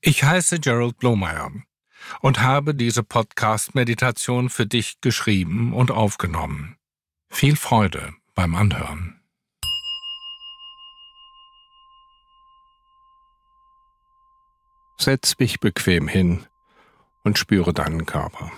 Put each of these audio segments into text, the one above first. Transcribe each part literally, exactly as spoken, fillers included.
Ich heiße Gerald Blomeyer und habe diese Podcast-Meditation für dich geschrieben und aufgenommen. Viel Freude beim Anhören. Setz dich bequem hin und spüre deinen Körper.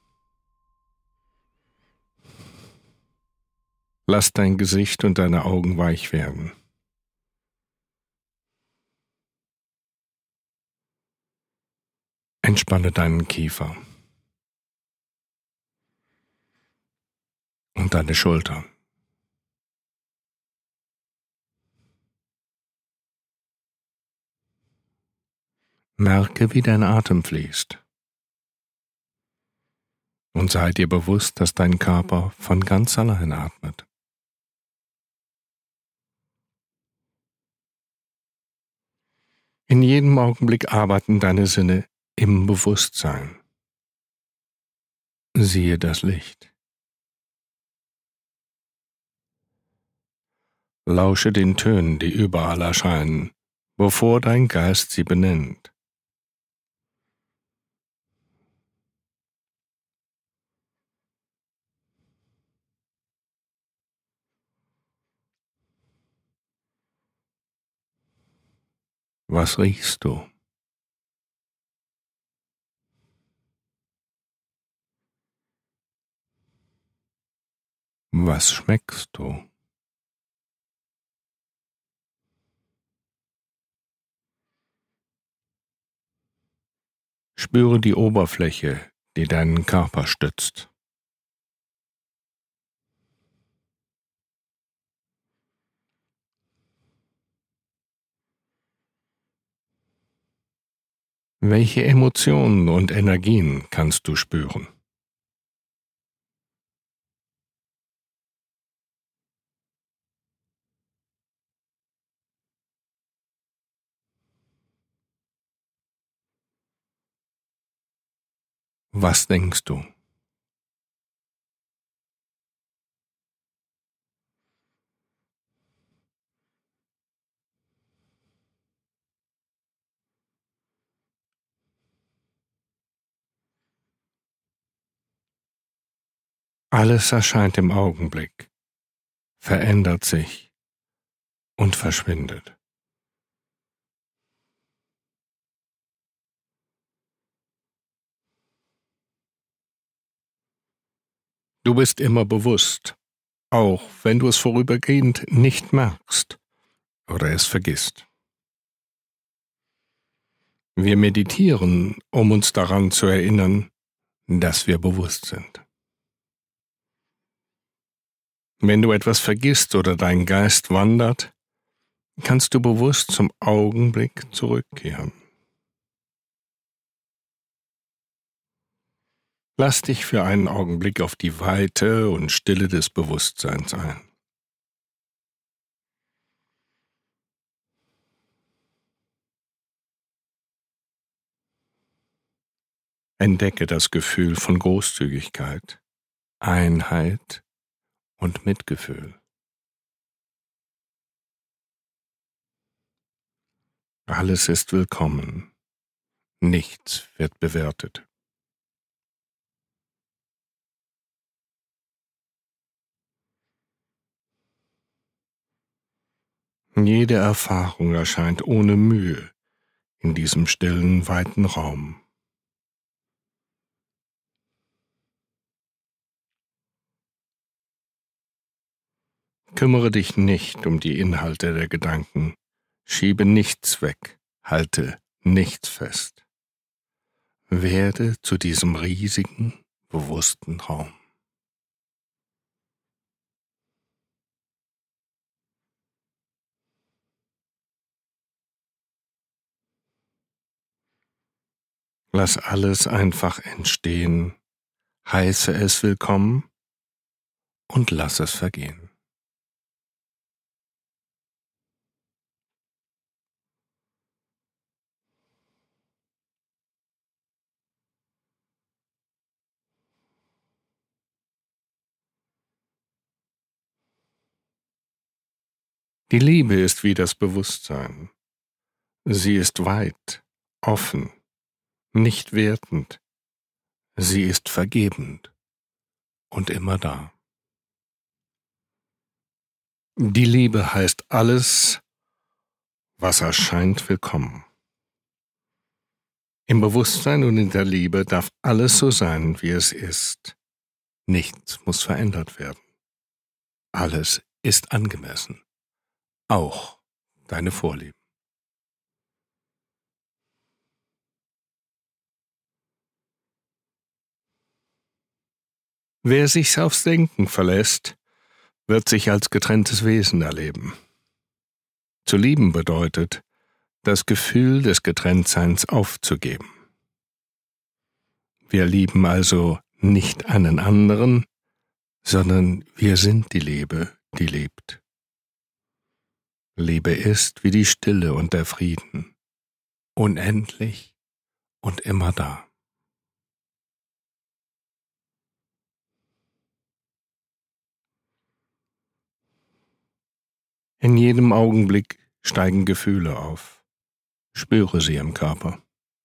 Lass dein Gesicht und deine Augen weich werden. Entspanne deinen Kiefer und deine Schultern. Merke, wie dein Atem fließt. Und sei dir bewusst, dass dein Körper von ganz allein atmet. In jedem Augenblick arbeiten deine Sinne im Bewusstsein. Siehe das Licht. Lausche den Tönen, die überall erscheinen, bevor dein Geist sie benennt. Was riechst du? Was schmeckst du? Spüre die Oberfläche, die deinen Körper stützt. Welche Emotionen und Energien kannst du spüren? Was denkst du? Alles erscheint im Augenblick, verändert sich und verschwindet. Du bist immer bewusst, auch wenn du es vorübergehend nicht merkst oder es vergisst. Wir meditieren, um uns daran zu erinnern, dass wir bewusst sind. Wenn du etwas vergisst oder dein Geist wandert, kannst du bewusst zum Augenblick zurückkehren. Lass dich für einen Augenblick auf die Weite und Stille des Bewusstseins ein. Entdecke das Gefühl von Großzügigkeit, Einheit und Mitgefühl. Alles ist willkommen, nichts wird bewertet. Jede Erfahrung erscheint ohne Mühe in diesem stillen, weiten Raum. Kümmere dich nicht um die Inhalte der Gedanken, schiebe nichts weg, halte nichts fest. Werde zu diesem riesigen, bewussten Raum. Lass alles einfach entstehen, heiße es willkommen und lass es vergehen. Die Liebe ist wie das Bewusstsein. Sie ist weit offen, nicht wertend. Sie ist vergebend und immer da. Die Liebe heißt alles, was erscheint, willkommen. Im Bewusstsein und in der Liebe darf alles so sein, wie es ist. Nichts muss verändert werden. Alles ist angemessen, auch deine Vorlieben. Wer sich aufs Denken verlässt, wird sich als getrenntes Wesen erleben. Zu lieben bedeutet, das Gefühl des Getrenntseins aufzugeben. Wir lieben also nicht einen anderen, sondern wir sind die Liebe, die lebt. Liebe ist wie die Stille und der Frieden, unendlich und immer da. In jedem Augenblick steigen Gefühle auf. Spüre sie im Körper.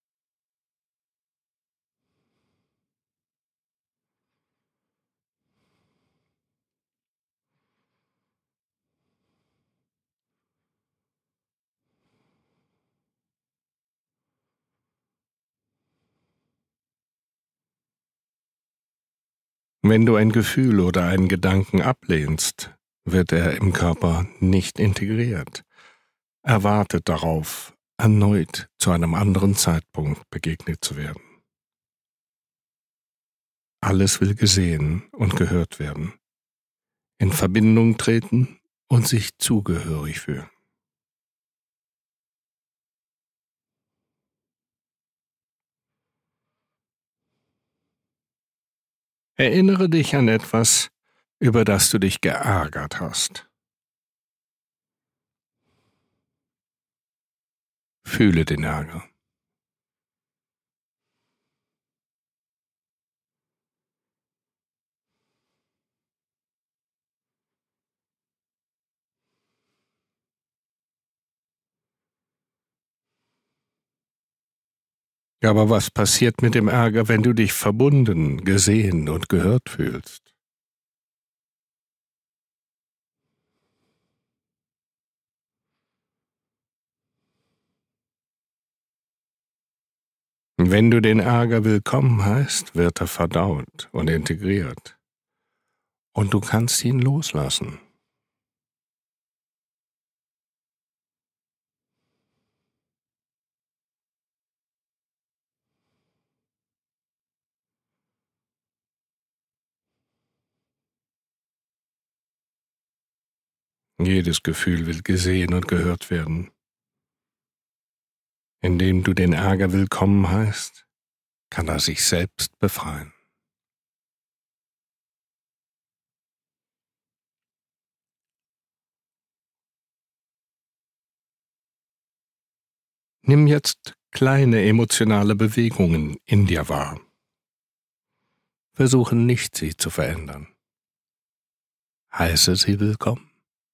Wenn du ein Gefühl oder einen Gedanken ablehnst, wird er im Körper nicht integriert. Er wartet darauf, erneut zu einem anderen Zeitpunkt begegnet zu werden. Alles will gesehen und gehört werden, in Verbindung treten und sich zugehörig fühlen. Erinnere dich an etwas, über das du dich geärgert hast. Fühle den Ärger. Aber was passiert mit dem Ärger, wenn du dich verbunden, gesehen und gehört fühlst? Wenn du den Ärger willkommen heißt, wird er verdaut und integriert. Und du kannst ihn loslassen. Jedes Gefühl will gesehen und gehört werden. Indem du den Ärger willkommen heißt, kann er sich selbst befreien. Nimm jetzt kleine emotionale Bewegungen in dir wahr. Versuche nicht, sie zu verändern. Heiße sie willkommen.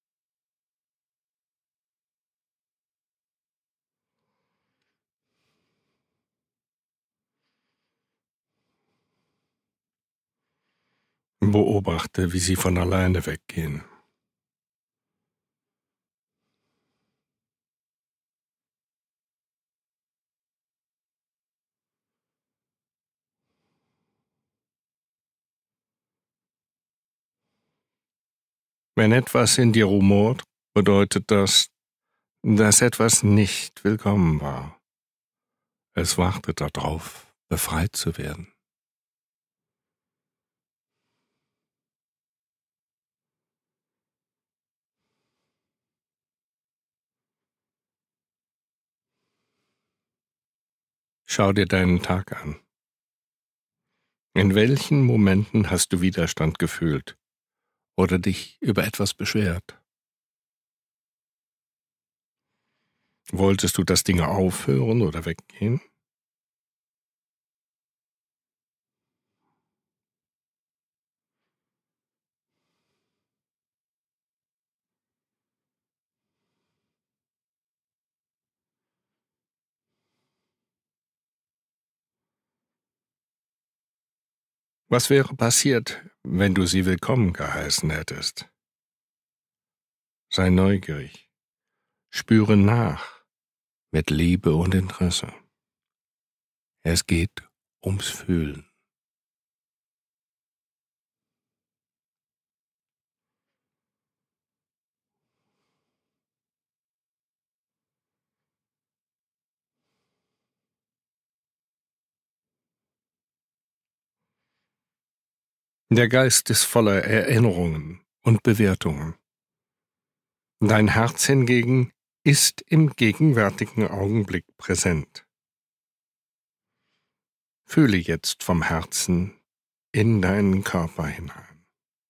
Beobachte, wie sie von alleine weggehen. Wenn etwas in dir rumort, bedeutet das, dass etwas nicht willkommen war. Es wartet darauf, befreit zu werden. Schau dir deinen Tag an. In welchen Momenten hast du Widerstand gefühlt oder dich über etwas beschwert? Wolltest du, dass Dinge aufhören oder weggehen? Was wäre passiert, wenn du sie willkommen geheißen hättest? Sei neugierig, spüre nach, mit Liebe und Interesse. Es geht ums Fühlen. Der Geist ist voller Erinnerungen und Bewertungen. Dein Herz hingegen ist im gegenwärtigen Augenblick präsent. Fühle jetzt vom Herzen in deinen Körper hinein.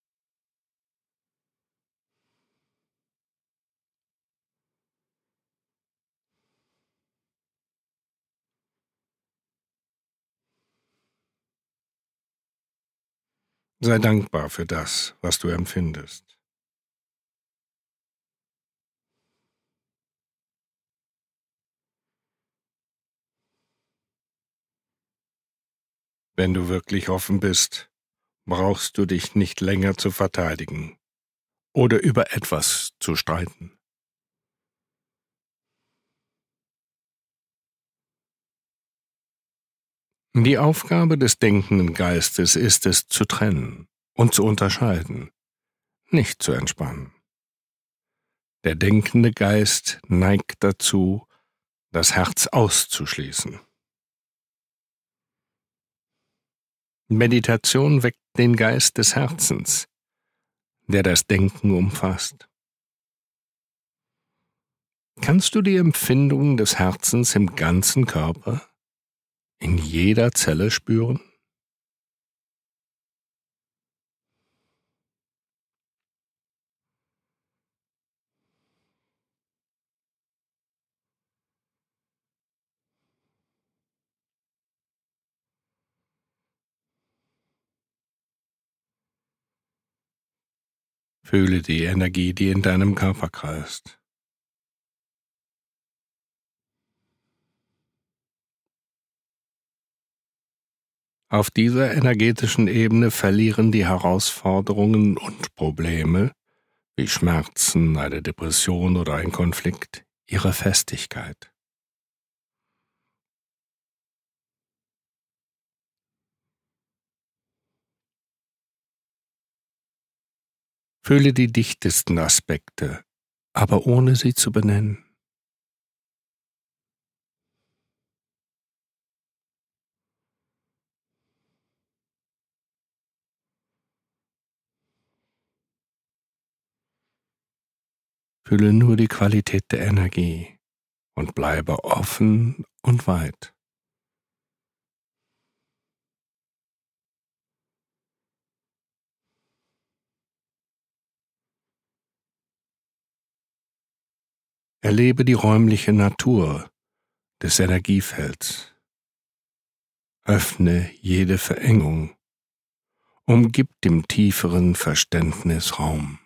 Sei dankbar für das, was du empfindest. Wenn du wirklich offen bist, brauchst du dich nicht länger zu verteidigen oder über etwas zu streiten. Die Aufgabe des denkenden Geistes ist es, zu trennen und zu unterscheiden, nicht zu entspannen. Der denkende Geist neigt dazu, das Herz auszuschließen. Meditation weckt den Geist des Herzens, der das Denken umfasst. Kannst du die Empfindungen des Herzens im ganzen Körper, in jeder Zelle spüren? Fühle die Energie, die in deinem Körper kreist. Auf dieser energetischen Ebene verlieren die Herausforderungen und Probleme, wie Schmerzen, eine Depression oder ein Konflikt, ihre Festigkeit. Fühle die dichtesten Aspekte, aber ohne sie zu benennen. Fühle nur die Qualität der Energie und bleibe offen und weit. Erlebe die räumliche Natur des Energiefelds. Öffne jede Verengung. Umgib dem tieferen Verständnis Raum.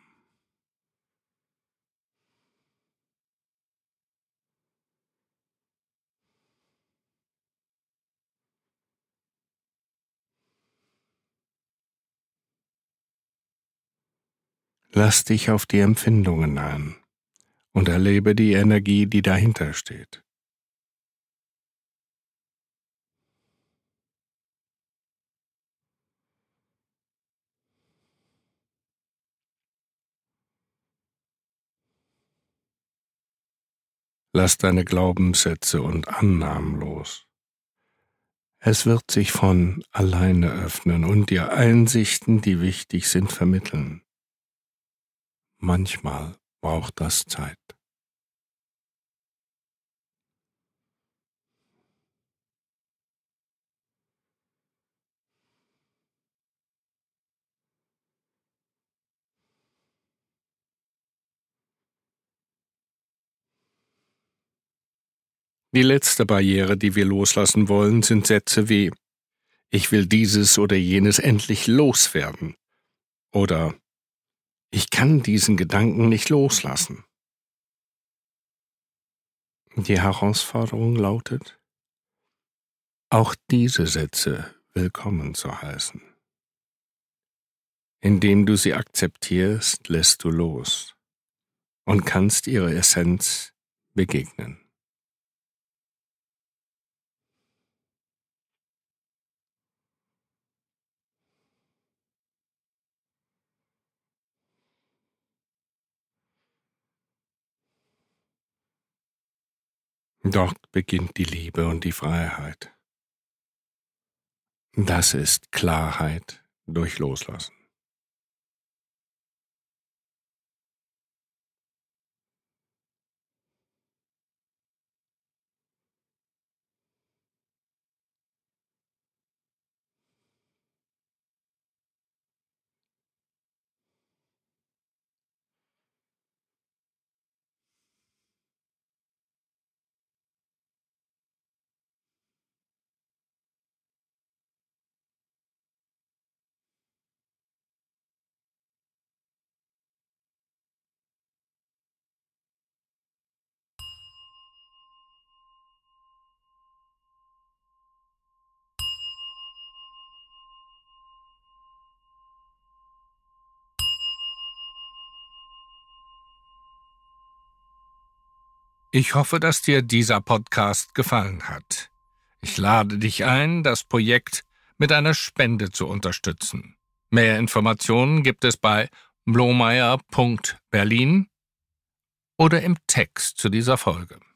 Lass dich auf die Empfindungen ein und erlebe die Energie, die dahinter steht. Lass deine Glaubenssätze und Annahmen los. Es wird sich von alleine öffnen und dir Einsichten, die wichtig sind, vermitteln. Manchmal braucht das Zeit. Die letzte Barriere, die wir loslassen wollen, sind Sätze wie „Ich will dieses oder jenes endlich loswerden“ oder „Ich kann diesen Gedanken nicht loslassen“. Die Herausforderung lautet, auch diese Sätze willkommen zu heißen. Indem du sie akzeptierst, lässt du los und kannst ihrer Essenz begegnen. Dort beginnt die Liebe und die Freiheit. Das ist Klarheit durch Loslassen. Ich hoffe, dass dir dieser Podcast gefallen hat. Ich lade dich ein, das Projekt mit einer Spende zu unterstützen. Mehr Informationen gibt es bei blomeyer punkt berlin oder im Text zu dieser Folge.